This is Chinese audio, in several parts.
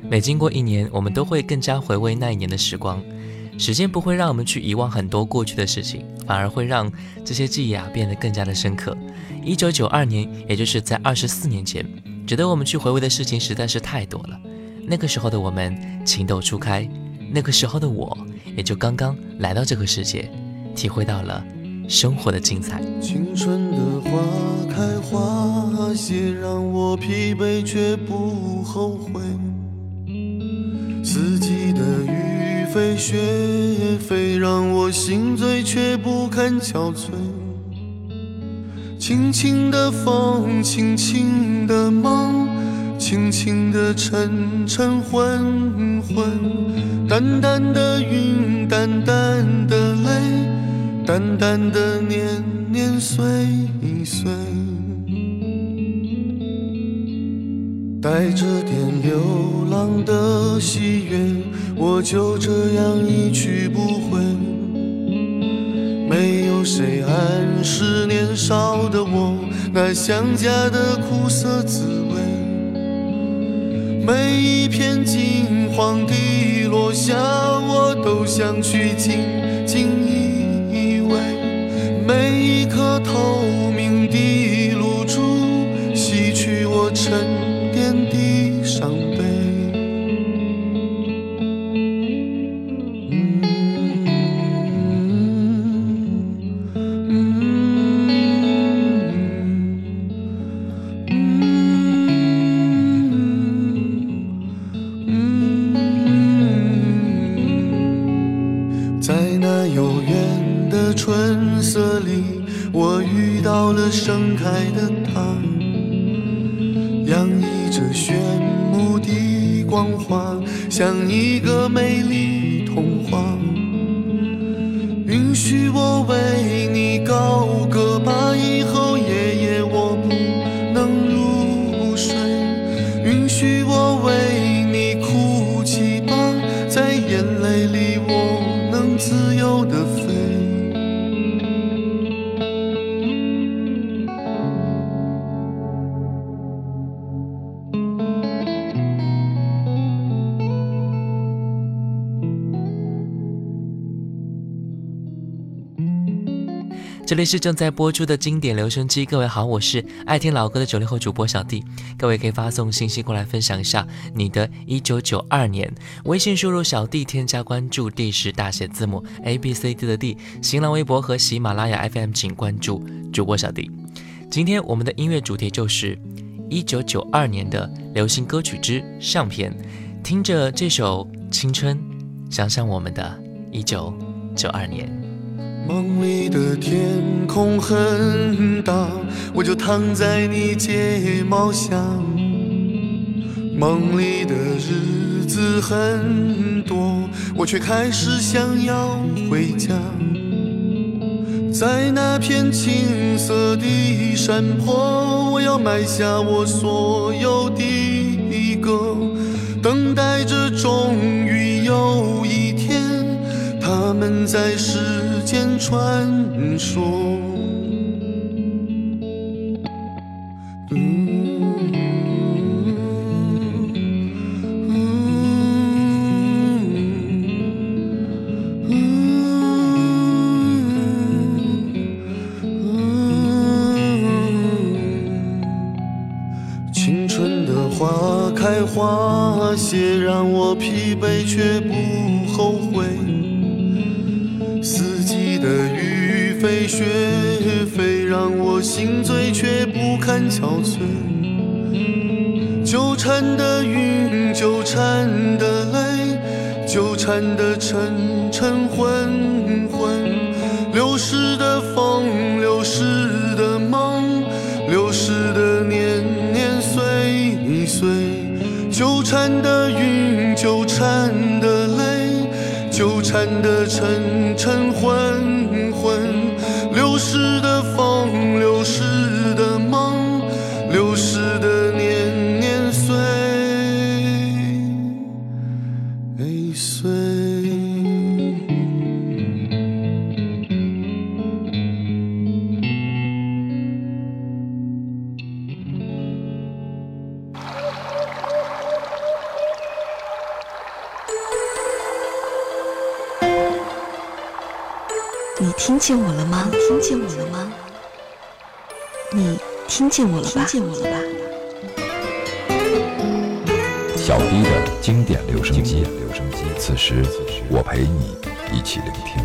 每经过一年，我们都会更加回味那一年的时光。时间不会让我们去遗忘很多过去的事情，反而会让这些记忆变得更加的深刻。1992年，也就是在24年前，值得我们去回味的事情实在是太多了。那个时候的我们情窦初开，那个时候的我也就刚刚来到这个世界，体会到了生活的精彩。 青春的花开花谢，让我疲惫却不后悔。四季的雨飞雪飞，让我心醉却不堪憔悴。轻轻的风，轻轻的梦，轻轻的沉沉昏昏，淡淡的云，淡淡的泪，淡淡的年年岁岁，带着点流浪的喜悦，我就这样一去不回。没有谁暗示年少的我那想家的苦涩滋味，每一片金黄的落下，我都想去紧紧依偎，每一颗透明的露珠洗去我沉淀的伤悲。在那遥远的春色里，我遇到了盛开的她，洋溢着炫目的光华，像一个美丽童话。允许我为你高歌吧，以后夜夜我不能入睡。允许我为你哭泣吧，在眼泪里我能自由地飞。 这里是正在播出的经典留声机，各位好，我是爱听老歌的90后主播小弟。各位可以发送信息过来分享一下你的1992年，微信输入小弟添加关注，D是大写字母 ABCD 的 D， 新浪微博和喜马拉雅 FM 请关注主播小弟。今天我们的音乐主题就是1992年的流行歌曲之上篇，听着这首青春，想想我们的1992年。 梦里的天空很大，我就躺在你睫毛下。梦里的日子很多，我却开始想要回家。在那片青涩的山坡，我要埋下我所有的歌，等待着终于有一天，他们在世间传说。青春的花开花谢，让我疲惫却不后悔。四季的雨飞雪飞，让我心醉却不堪憔悴。纠缠的云，纠缠的泪，纠缠的沉沉昏昏，流逝的风，流逝的梦，流逝的年年岁岁，纠缠的云，纠缠的泪，纠缠的沉沉昏昏，流逝的风，流逝的梦，流逝的年年岁岁。 你听见我了吗？听见我了吗？你听见我了吧？听见我了吧？ 小弟的经典留声机，此时我陪你一起聆听。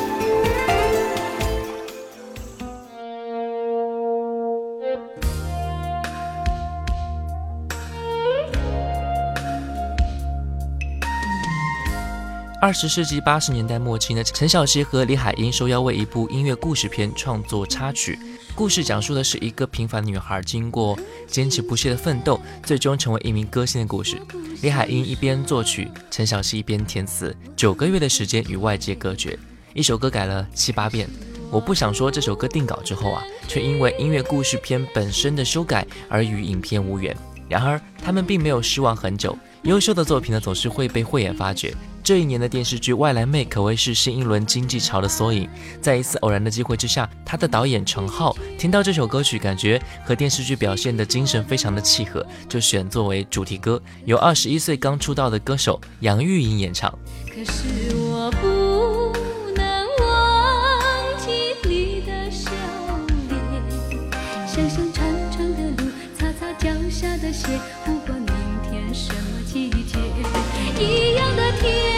20世纪80年代末期呢，陈小希和李海英受邀为一部音乐故事片创作插曲。故事讲述的是一个平凡女孩经过坚持不懈的奋斗，最终成为一名歌星的故事。李海英一边作曲，陈小希一边填词，9个月的时间与外界隔绝，一首歌改了7、8遍。我不想说这首歌定稿之后却因为音乐故事片本身的修改而与影片无缘。然而他们并没有失望很久，优秀的作品呢总是会被慧眼发掘。这一年的电视剧《外来妹》可谓是新一轮经济潮的缩影。在一次偶然的机会之下，他的导演程浩听到这首歌曲，感觉和电视剧表现的精神非常的契合，就选作为主题歌，由21岁刚出道的歌手杨钰莹演唱。 可是我不能忘记你的笑脸，想想长长的路，擦擦脚下的鞋，不管明天什么季节，一样的天，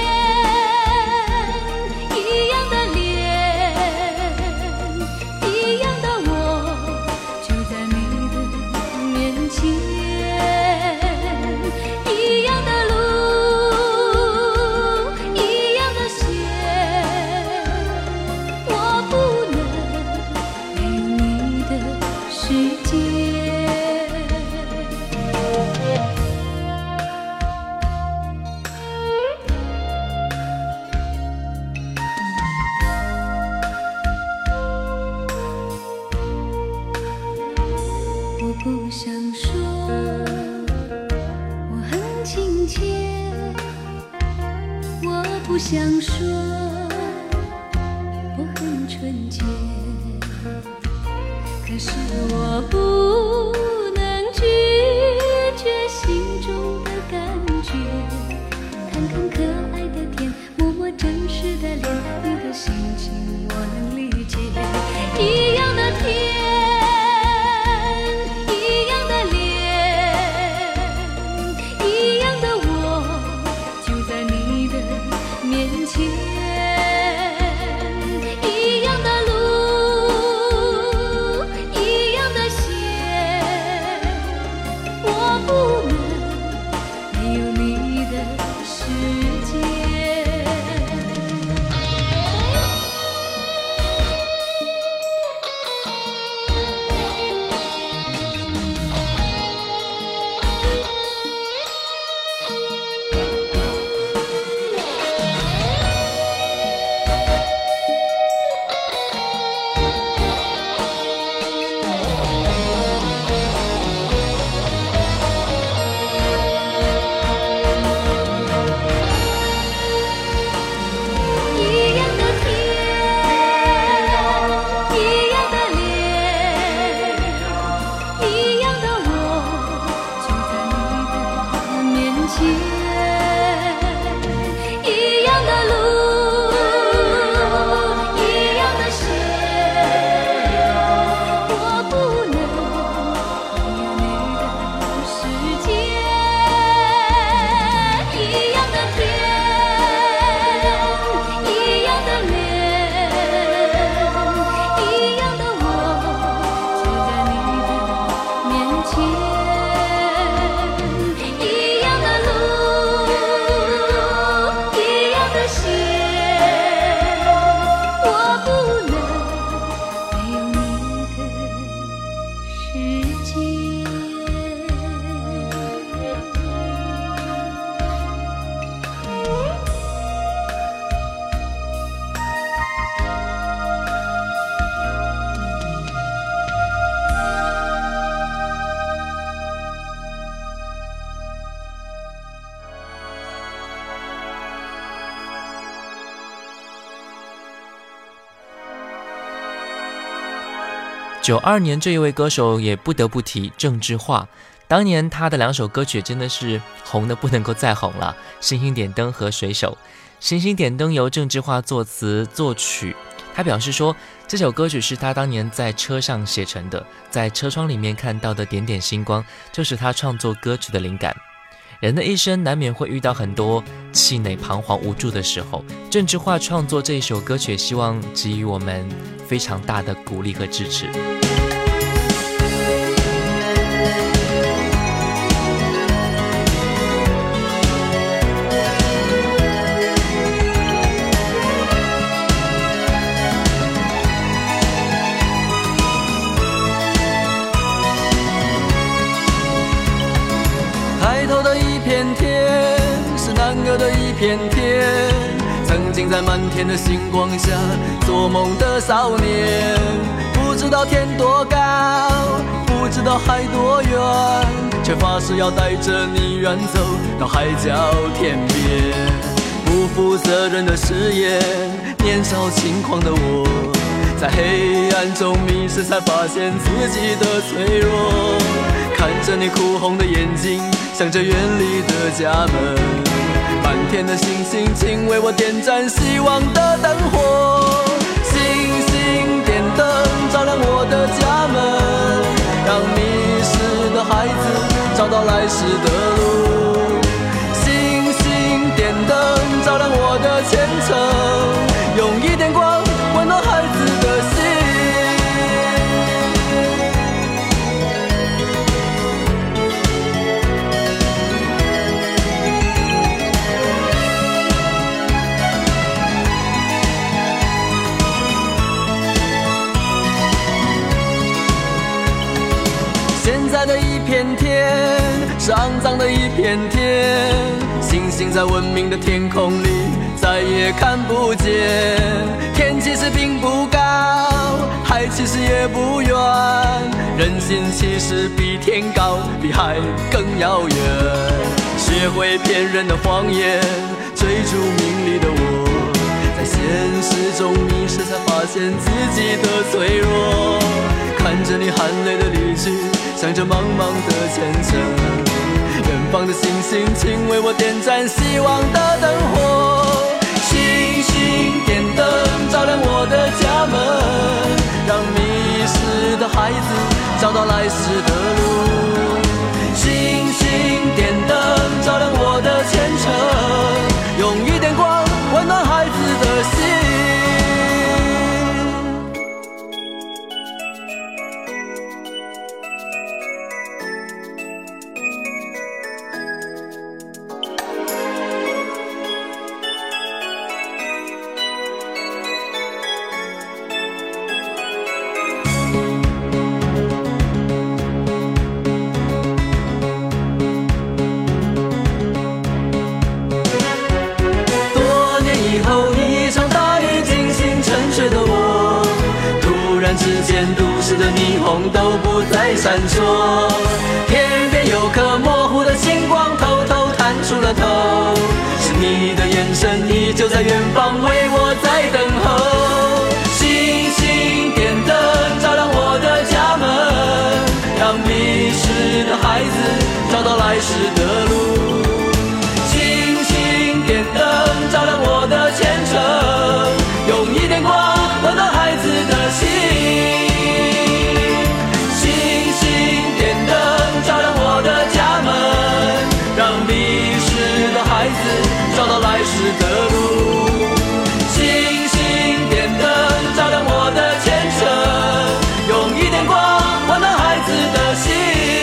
一样的脸，一样的我，就在你的面前，一样的路，一样的鞋，我不能没有你的世界。不想说我很亲切，我不想说我很纯洁，可是我不能拒绝心中的感觉，看看可爱的天，摸摸真实的脸，你的心情我能理解，一样的天， 92年这一位歌手也不得不提郑智化，当年他的2首歌曲真的是红的不能够再红了，星星点灯和水手。星星点灯由郑智化作词作曲， 他表示说，这首歌曲是他当年在车上写成的，在车窗里面看到的点点星光，就是他创作歌曲的灵感。人的一生难免会遇到很多气馁、彷徨、无助的时候，郑智化创作这一首歌曲，希望给予我们非常大的鼓励和支持。 抬头的一片天，是男儿的一片天。曾经在满天的星光下做梦的少年，不知道天多高，不知道海多远，却发誓要带着你远走到海角天边。不负责任的誓言，年少轻狂的我，在黑暗中迷失，才发现自己的脆弱。看着你哭红的眼睛，向着远离的家门，满天的星星，请为我点燃希望的灯火。星星点灯，照亮我的家门，让迷失的孩子找到来时的路。星星点灯，照亮我的前程，用一点光温暖孩子的心。现在的一片天是肮脏的一片天，星星在文明的天空里再也看不见。天其实并不高，海其实也不远，人心其实比天高，比海更遥远。学会骗人的谎言，追逐名利的我，在现实中迷失，才发现自己的脆弱。看着你含泪的离去，向着茫茫的前程，远方的星星，请为我点燃希望的灯火。星星点灯，照亮我的家门，让迷失的孩子找到来时的路。星星点灯，照亮我的前程，用一点光温暖孩子的心。的霓虹都不再闪烁，天边有颗模糊的星光偷偷探出了头，是你的眼神依旧在远方为我在等候。星星点灯照亮我的家门，让迷失的孩子找到来时的路。星星点灯照亮我的前程，用一点光温暖孩子的心。孩子找到来时的路，星星点灯照亮我的前程，用一点光温暖孩子的心。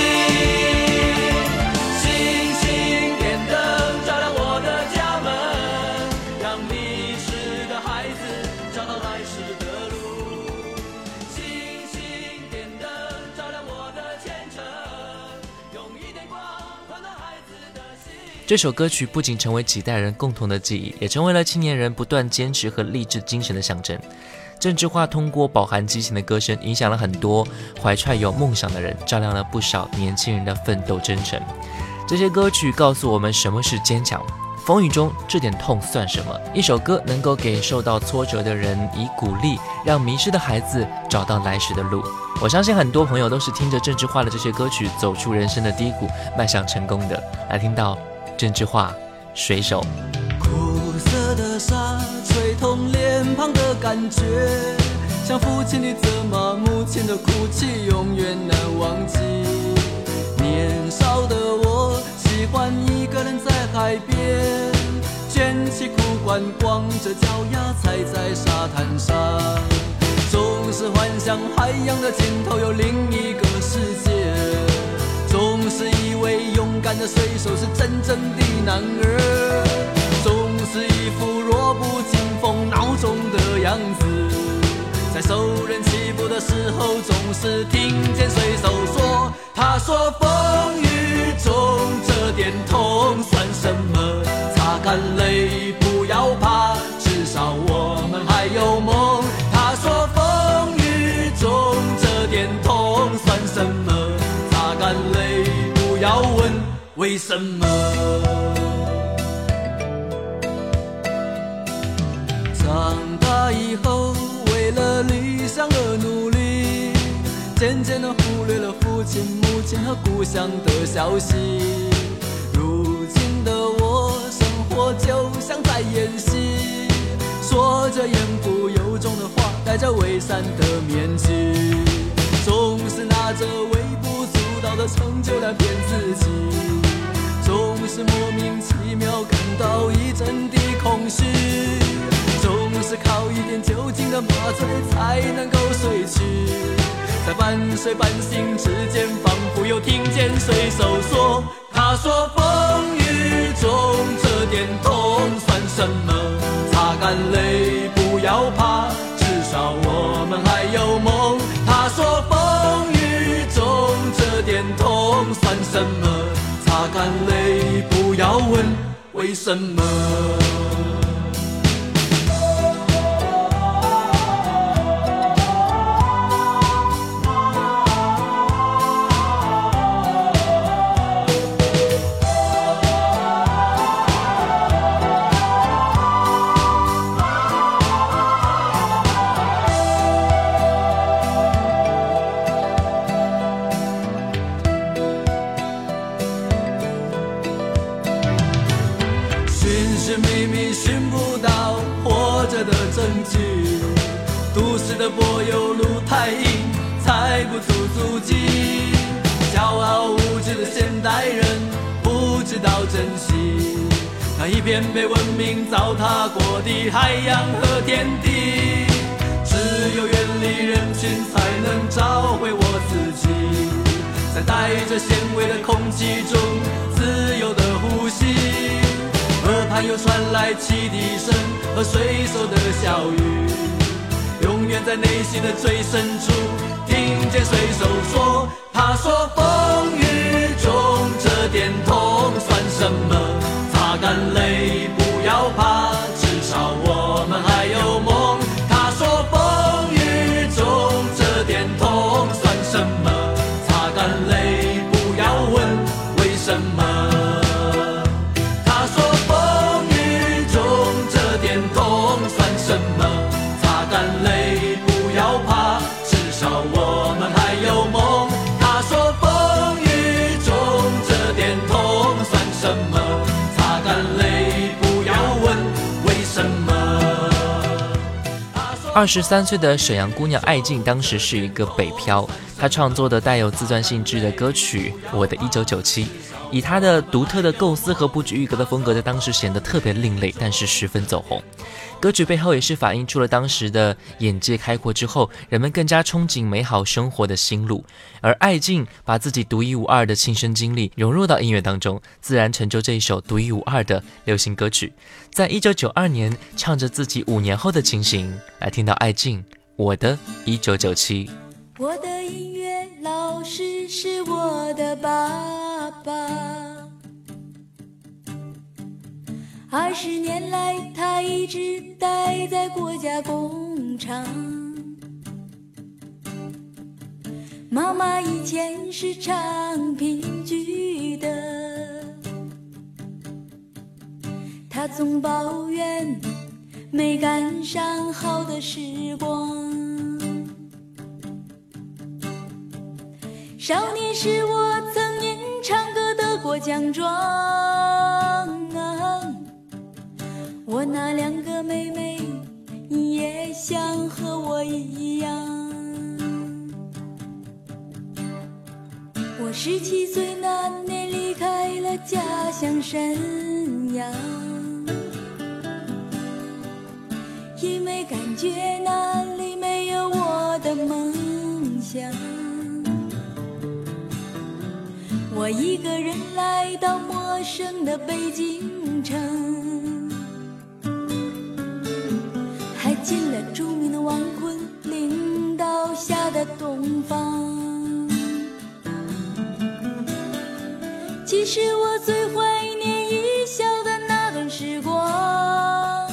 星星点灯照亮我的家门，让迷失的孩子找到来时的路。星星点灯照亮我的前程，用一点光温暖孩子的心。 这首歌曲不仅成为几代人共同的记忆，也成为了青年人不断坚持和励志精神的象征。郑智化通过饱含激情的歌声，影响了很多怀揣有梦想的人，照亮了不少年轻人的奋斗征程。这些歌曲告诉我们什么是坚强，风雨中这点痛算什么？一首歌能够给受到挫折的人以鼓励，让迷失的孩子找到来时的路。我相信很多朋友都是听着郑智化的这些歌曲走出人生的低谷，迈向成功的。来听到郑智化水手。 苦涩的沙吹痛脸庞的感感觉，像父亲的责骂，母亲的哭泣，永远难忘记。年少的我喜欢一个人在海边，卷起裤管，光着脚丫踩在沙滩上，总是幻想海洋的尽头有另一个世界，总是以为勇敢的水手是真正的男儿，总是一副弱不禁风孬种的样子，在受人欺负的时候总是听见水手说，他说风雨中这点痛算什么，擦干泪不要怕，至少我们还有梦。他说风雨中这点痛算什么，擦干泪不要问为什么。长大以后为了理想而努力，渐渐地忽略了父亲母亲和故乡的消息。如今的我生活就像在演戏，说着言不由衷的话，戴着伪善的面具，总是拿着微不足道的成就来骗自己，总是莫名其妙感到一阵的空虚，总是靠一点酒精的麻醉才能够睡去，在半睡半醒之间，仿佛又听见水手说，他说风雨中这点痛算什么，擦干泪不要怕，至少我们还有梦。他说风雨中这点痛算什么，擦干泪不要问为什么。寻不到活着的证据，都市的柏油路太硬，踩不出足迹，骄傲无知的现代人不知道珍惜那一片被文明糟蹋过的海洋和天地，只有远离人群才能找回我自己，在带着咸味的空气中自由的呼吸，河畔又传来汽笛声和水手的笑语，永远在内心的最深处听见水手说，他说风雨中这点痛算什么，擦干泪不要怕，至少我们还有梦。他说风雨中这点痛算什么，擦干泪不要问为什么。 23岁的沈阳姑娘艾静当时是一个北漂，她创作的带有自传性质的歌曲《我的1997》，以她的独特的构思和不拘一格的风格，在当时显得特别另类，但是十分走红。歌曲背后也是反映出了当时的眼界开阔之后，人们更加憧憬美好生活的心路。而艾静把自己独一无二的亲身经历融入到音乐当中，自然成就这一首独一无二的流行歌曲。在1992年，唱着自己5年后的情形，来听到艾静《我的1997》。 我的音乐老师是我的爸爸，20年来他一直待在国家工厂。妈妈以前是唱评剧的，她总抱怨没赶上好的时光。少年时我曾因唱歌得过奖状，我那2个妹妹也想和我一样。我17岁那年离开了家乡沈阳，因为感觉那里没有我的梦想。我一个人来到陌生的北京城，还进了著名的王昆领导下的东方。其实我最怀念一笑的那段时光啊，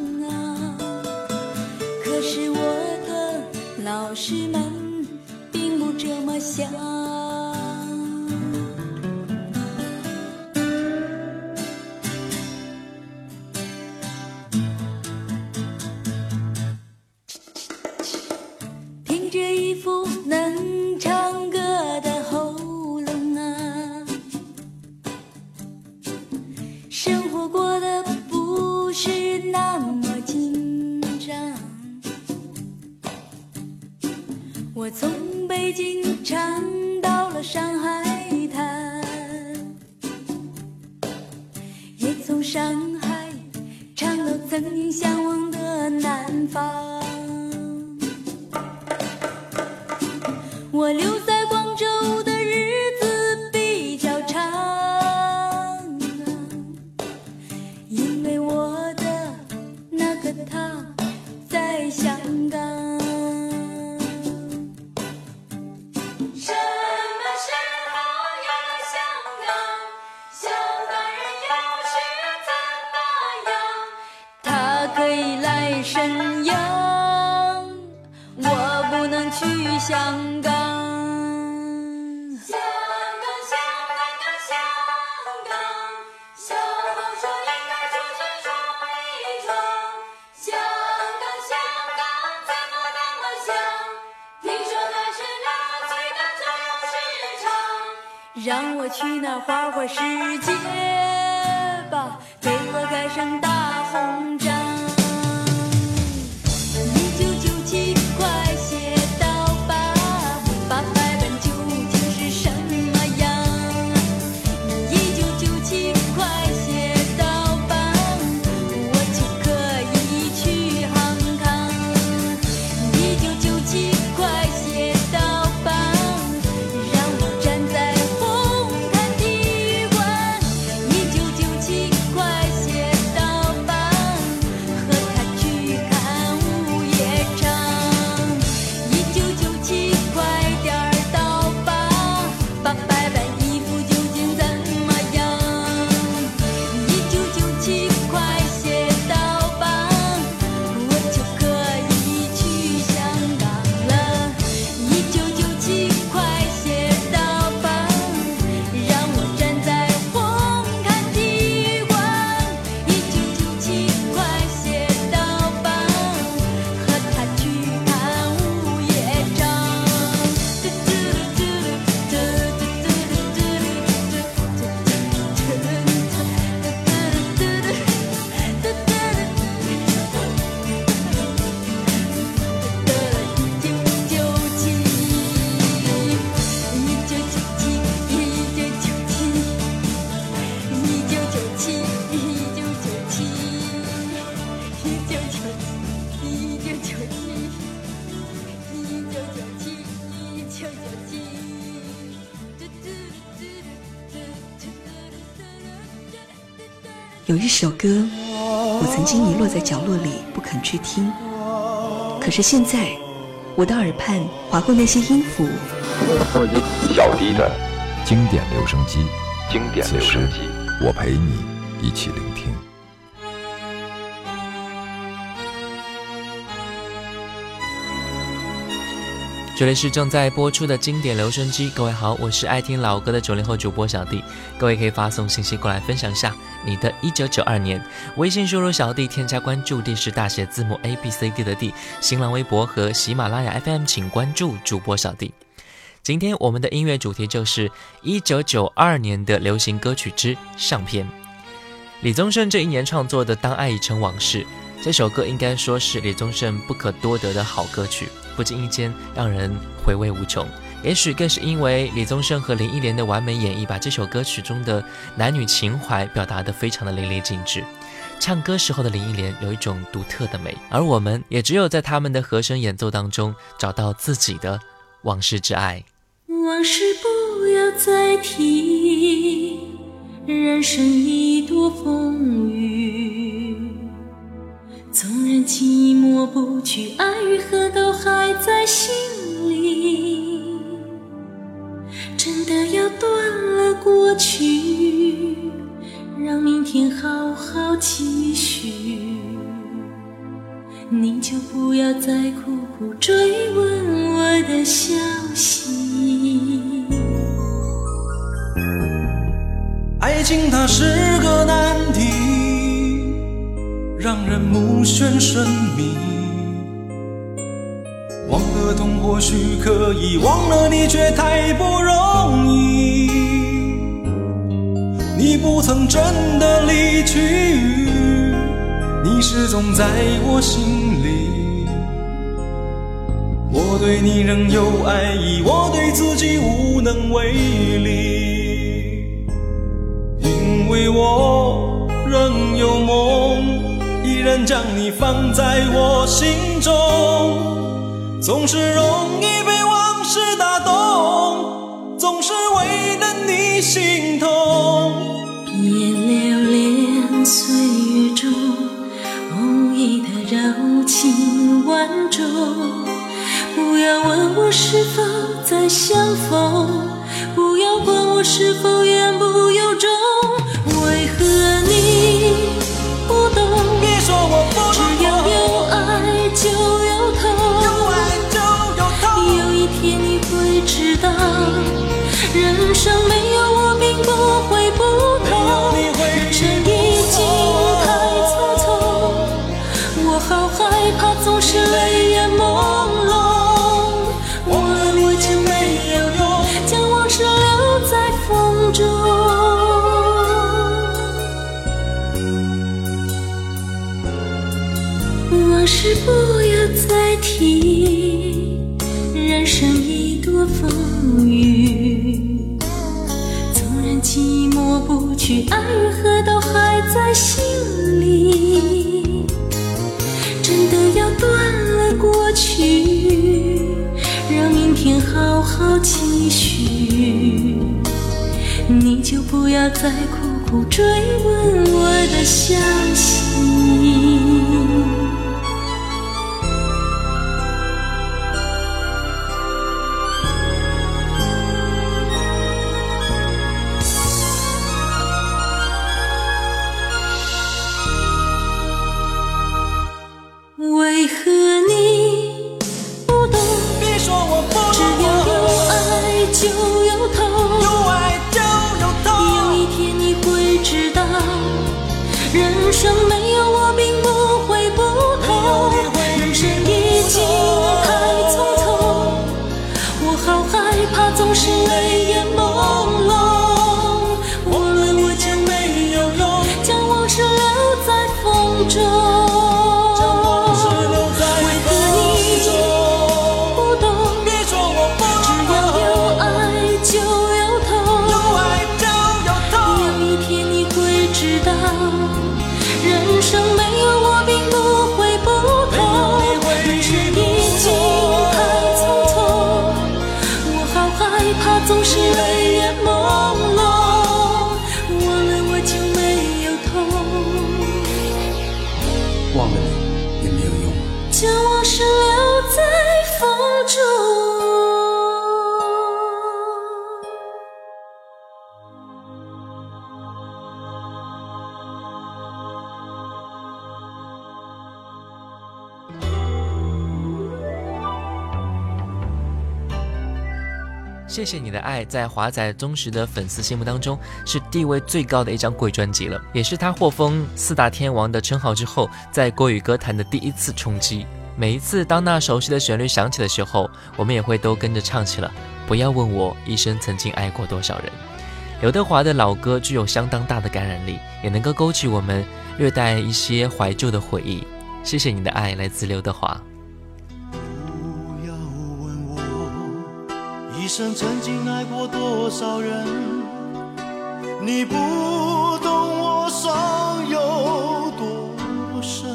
可是我的老师们并不这么想。凭着一副能唱歌的喉咙啊，生活过得不是那么紧张。我从北京唱到了上海滩，也从上海唱到曾经向往的南方。我留在广州的日子比较长啊，因为我的那个他在香港。什么时候有香港？香港人又是怎么样？他可以来沈阳，我不能去香港。让我去那花花世界吧，给我盖上大红章。1997快写到吧，800本究竟是什么样？1997快写到吧，我就可以去杭康。1997快写到吧，让我站在有一首歌，我曾经遗落在角落里不肯去听，可是现在我的耳畔划过那些音符。 小弟的经典留声机，此时我陪你一起聆听。 这里是正在播出的经典留声机，各位好，我是爱听老歌的90后主播小弟。各位可以发送信息过来分享下你的1992年，微信输入小弟添加关注，D是大写字母 ABCD 的 D， 新浪微博和喜马拉雅 FM 请关注主播小弟。今天我们的音乐主题就是1992年的流行歌曲之上篇。李宗盛这一年创作的《当爱已成往事》， 这首歌应该说是李宗盛不可多得的好歌曲，不经意间让人回味无穷。也许更是因为李宗盛和林忆莲的完美演绎，把这首歌曲中的男女情怀表达得非常的淋漓尽致。唱歌时候的林忆莲有一种独特的美，而我们也只有在他们的和声演奏当中找到自己的往事之爱。 往事不要再提，人生已多风雨，纵然寂寞不去，爱与恨都还在心里，真的要断了过去，让明天好好继续，你就不要再苦苦追问我的消息。 爱情它是个难题，让人目眩神迷，忘了痛或许可以，忘了你却太不容易。你不曾真的离去，你始终在我心里。我对你仍有爱意，我对自己无能为力，因为我仍有梦，依然将你放在我心中。总是容易被往事打动，总是为了你心痛。 别留恋岁月中无意的柔情万种，不要问我是否再相逢，不要管我是否言不由衷。为何你不懂？ 别说我不懂， 只要有爱就有痛， 有爱就有痛。 有一天你会知道，人生没有我并不会不同，人生已经太匆匆，我好害怕总是泪眼朦胧，忘了我就没有用，将往事留在风中。往事不要再提，人生已多风雨，纵然寂寞不去，爱与恨都还在心里，真的要断了过去，让明天好好继续，你就不要再苦苦追问我的消息。为何你不懂？ 别说我不懂， 只要有爱就有痛， 有爱就有痛。 有一天你会知道，人生没有我并不会不同，人生已经太匆匆，我好害怕总是泪眼朦胧，忘了我就没有用，将往事留在风中。人生没有我并不会不同，人生已经太匆匆，我好害怕总是泪眼朦胧，忘了我就没有痛， 忘了你也没有用， 将往事留在风中。 谢谢你的爱在华仔忠实的粉丝心目当中是地位最高的一张贵专辑了，也是他获封四大天王的称号之后在国语歌坛的第一次冲击。每一次当那熟悉的旋律响起的时候，我们也会都跟着唱起了不要问我一生曾经爱过多少人。刘德华的老歌具有相当大的感染力，也能够勾起我们略带一些怀旧的回忆。 谢谢你的爱，来自刘德华。 不要问我一生曾经爱过多少人，你不懂我伤有多深，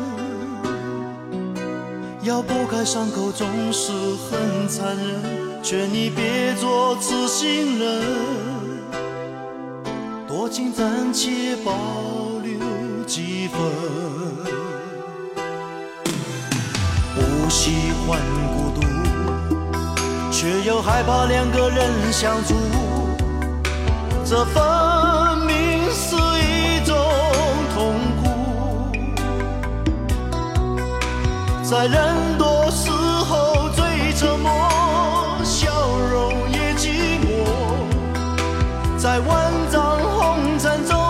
要剥开伤口总是很残忍，劝你别做痴心人，多情暂且保留几分。不喜欢孤独，却又害怕两个人相处，这分明是一种痛苦。在人多时候最沉默，笑容也寂寞，在万丈红尘中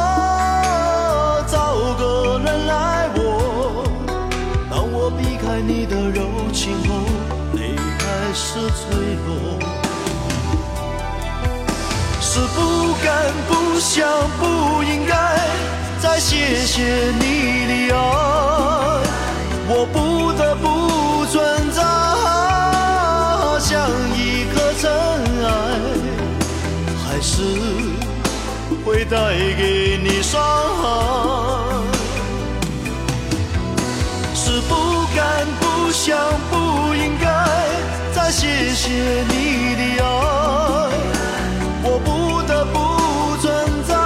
找个人来握。当我避开你的柔情后，泪开始坠落，是不敢不想不应该再谢谢你的爱，我不得不存在，像一颗尘埃，还是会带给你伤害，是不敢不想不应该再谢谢你的爱，我不得不存在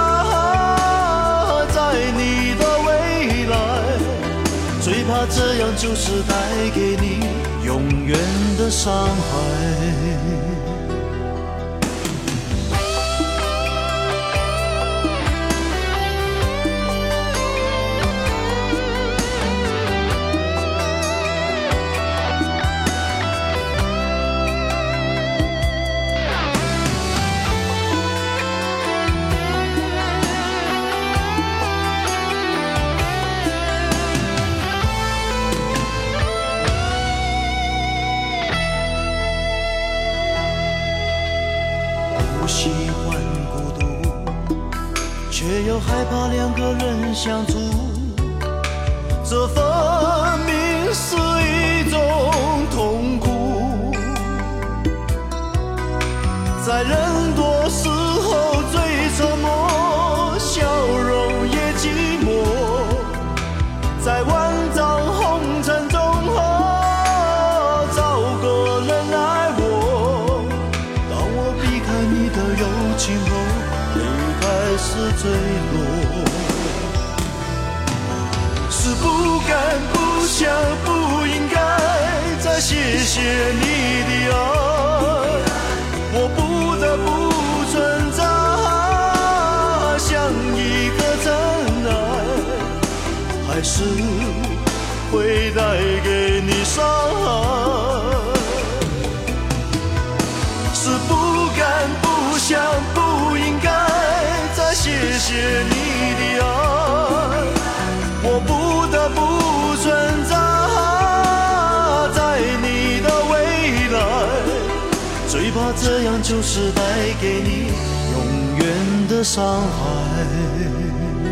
在你的未来，最怕这样就是带给你永远的伤害。喜欢孤独，却又害怕两个人相处，这分明是一种痛苦。在人多时候最沉默，笑容也寂寞，在万丈红尘中找个人来握。当我避开你的柔情后，泪开始坠落，是不敢不想不应该再谢谢你的爱，我不得不存在，像一颗尘埃，还是会带给你伤害，是不敢不想不应该再谢谢你的爱，我不得不存在在你的未来，最怕这样就是带给你永远的伤害。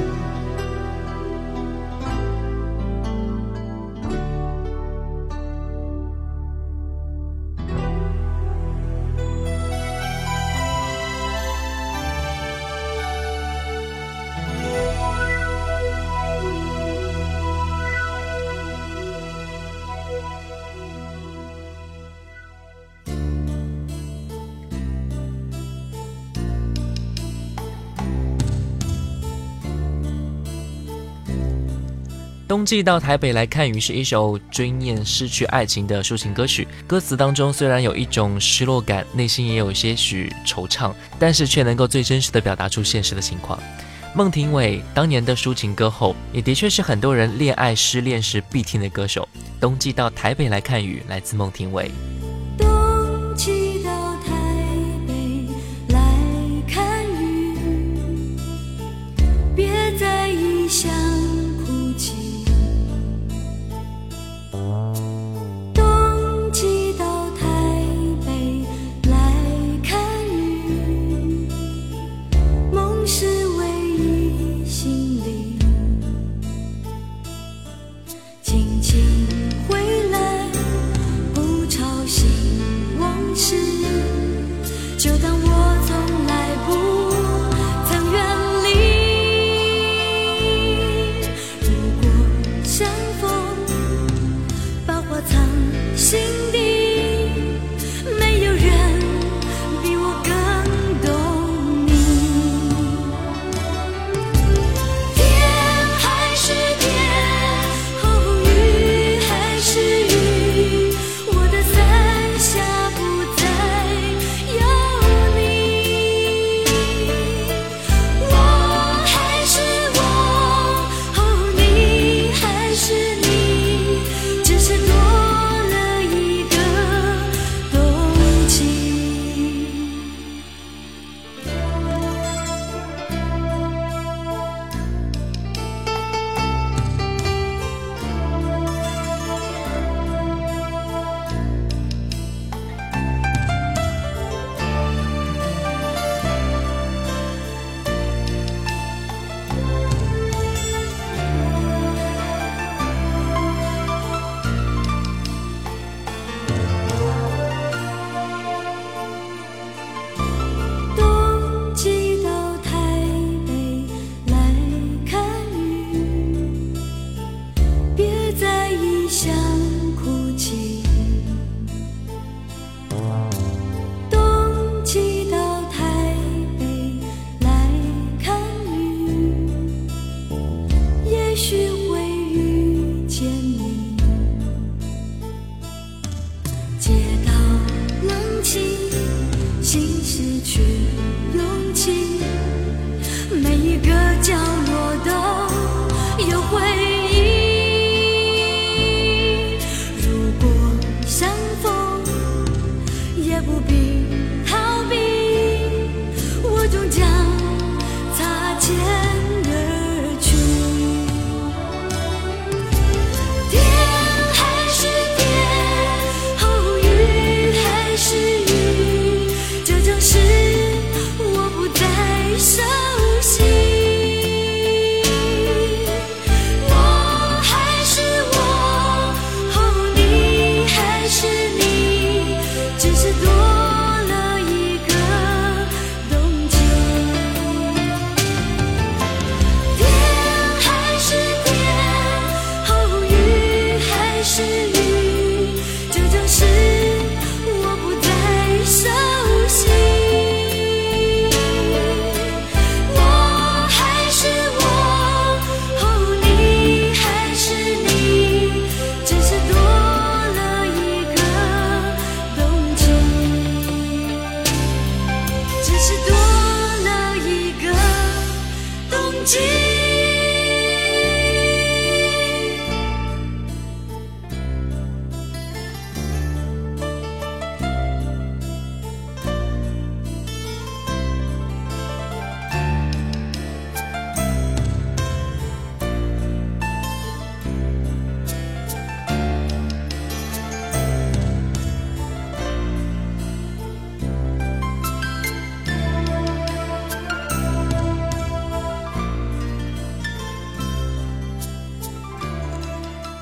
冬季到台北来看雨是一首追念失去爱情的抒情歌曲，歌词当中虽然有一种失落感，内心也有些许惆怅，但是却能够最真实地表达出现实的情况。孟庭苇当年的抒情歌后，也的确是很多人恋爱失恋时必听的歌手。冬季到台北来看雨，来自孟庭苇。 冬季到台北来看雨，别在异乡哭泣，冬季到台北来看雨，梦是唯一心灵，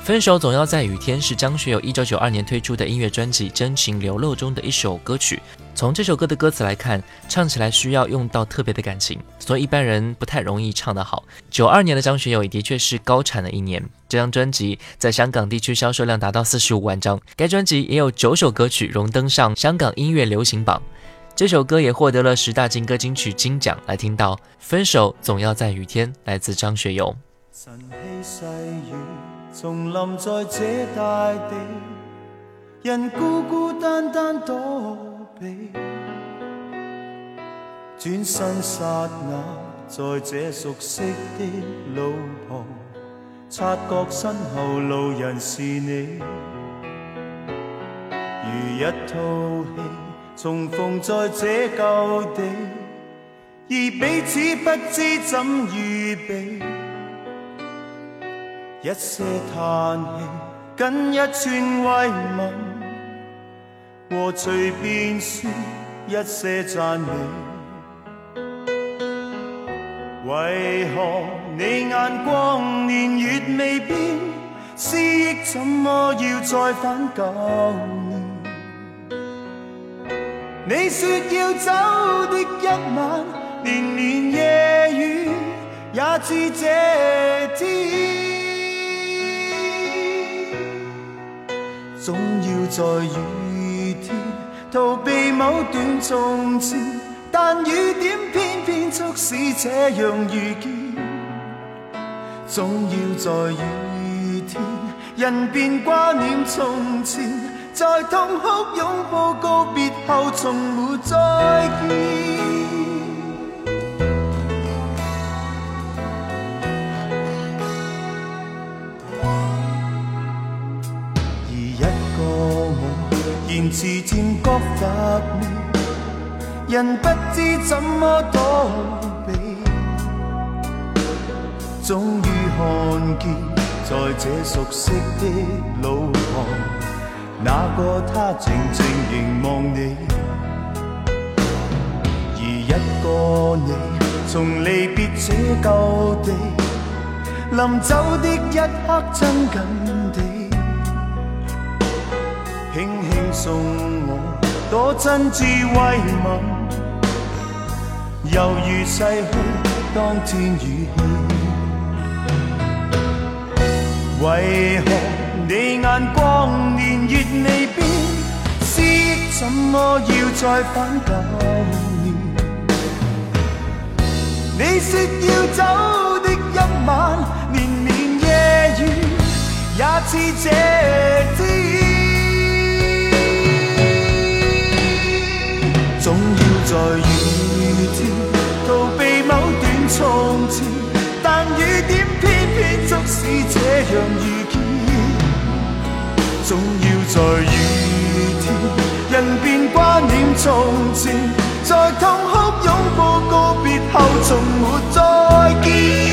分手总要在雨天是张学友1992年推出的音乐专辑《真情流露》中的一首歌曲。从这首歌的歌词来看，唱起来需要用到特别的感情，所以一般人不太容易唱得好。92年的张学友也的确是高产的一年，这张专辑在香港地区销售量达到45万张，该专辑也有9首歌曲荣登上香港音乐流行榜。这首歌也获得了10大金歌金曲金奖。来听到《分手总要在雨天》，来自张学友。 晨曦细雨重临在这大地，人孤孤单单躲避，转身刹那在这熟悉的路旁，察觉身后路人是你，如一套戏重逢在这旧地，而彼此不知怎预备，一些叹气，跟一串慰问，和随便说一些赞美。为何你眼光年月未变，思忆怎么要再返旧年？你说要走的一晚，连绵夜雨也似这天。总要在雨天逃避某段从前，但雨点偏偏促使这样遇见。总要在雨天，人便挂念从前，在痛哭拥抱告别后，从没再见。言辞漸覺乏味，人不知怎麼躲避，終於看見在這熟悉的路旁，那個他靜靜凝望你，而一個你從離別這舊地，臨走的一刻親近地，輕輕送我多真摯慰問，猶如逝去當天語氣。為何你眼光年月未變，思憶怎麼要再返舊年？你說要走的一晚，連綿夜雨也似這天。總要在雨天逃避某段從前，但雨點偏偏促使這樣遇見。總要在雨天，人便掛念從前，在痛哭擁抱告別後，從沒再見。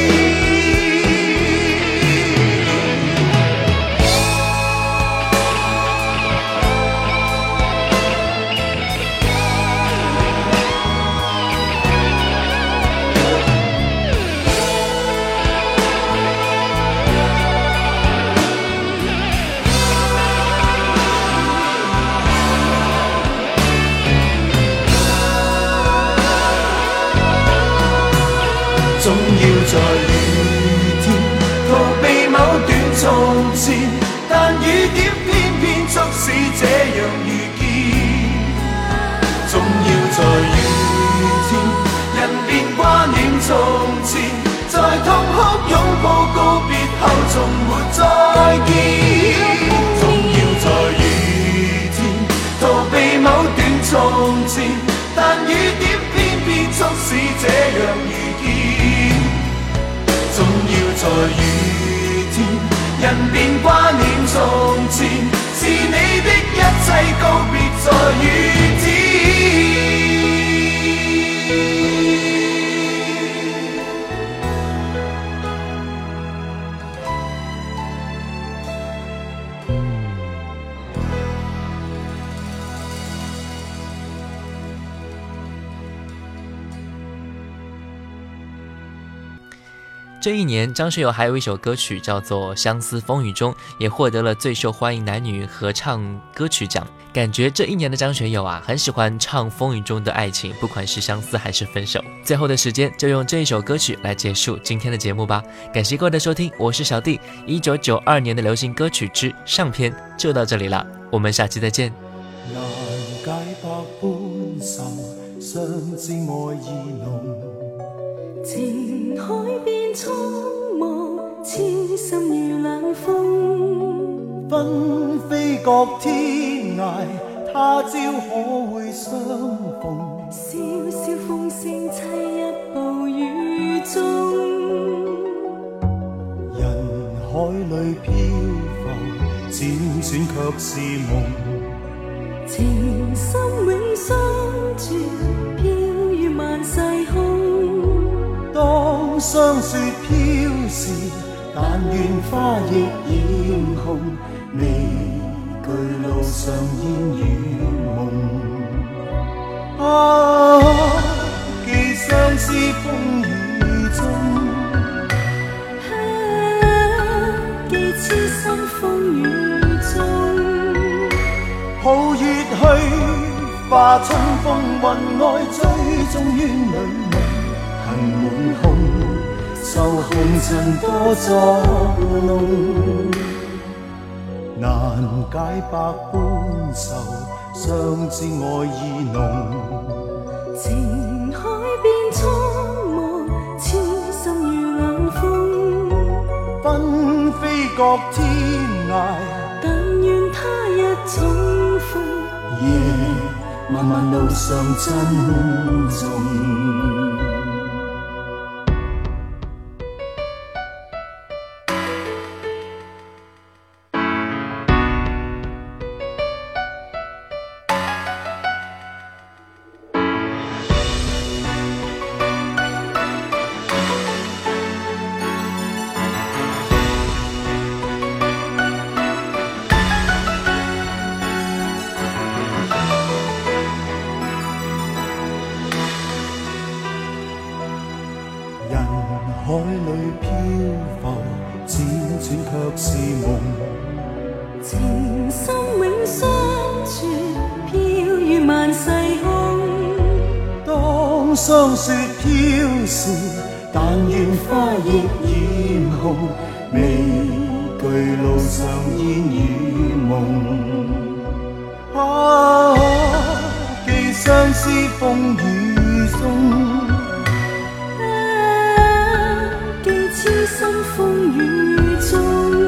總要在雨天逃避某段從前，但雨點偏偏促使這樣遇見。總要在雨天，人便掛念從前，在痛哭擁抱告別後，從沒再見。總要在雨天逃避某段從前，但雨點偏偏促使這樣遇見。總要在雨天，人便掛念從前，是你的一切告別在雨天。 这一年，张学友还有一首歌曲叫做《相思风雨中》，也获得了最受欢迎男女合唱歌曲奖。感觉这一年的张学友啊，很喜欢唱风雨中的爱情，不管是相思还是分手。最后的时间，就用这一首歌曲来结束今天的节目吧。感谢各位的收听，我是小弟。1992年的流行歌曲之上篇就到这里了，我们下期再见。 難解百般愁，相知愛意濃。 情海變蒼茫，痴心如冷風。 分飛各天涯，他朝可會相逢？ 笑笑風聲凄泣暴雨中。 人海裏漂浮，輾轉卻是夢。 情深永相住，飄於萬世空。 當霜雪飄時，但願花亦染紅，未懼路上煙雨夢。啊，寄相思風雨中， 寄痴心風雨中。 抱月去，化春風雲外，追蹤於女夢。恨滿胸，受紅塵多作弄，難解百般愁，相知愛意濃。 情海變蒼茫，痴心如冷風。 分飛各天涯， 但願他日重逢。 夜漫漫路上珍重。海裏漂浮，輾轉卻是夢。 情深永相住，飄於萬世空。 當霜雪飄時，但願花亦染紅，未懼路上煙雨夢。啊，寄相思風雨中。 痴心風雨中，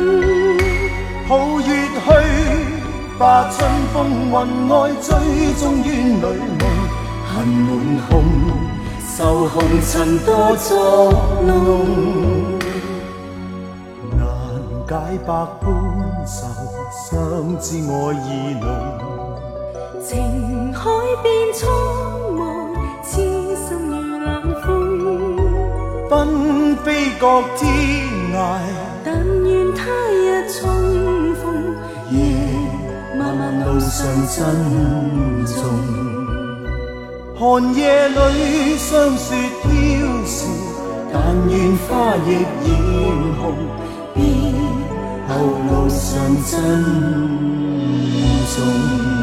抱月去，化春風雲外，追蹤於女夢。恨滿胸，受紅塵多作弄，難解百般愁，相知愛意濃。 情海變蒼茫，痴心如冷風。 分飛各天涯， 但願他日重逢。 夜漫漫路上珍重，寒夜裏霜雪飄時，但願花亦染紅，別後路上珍重。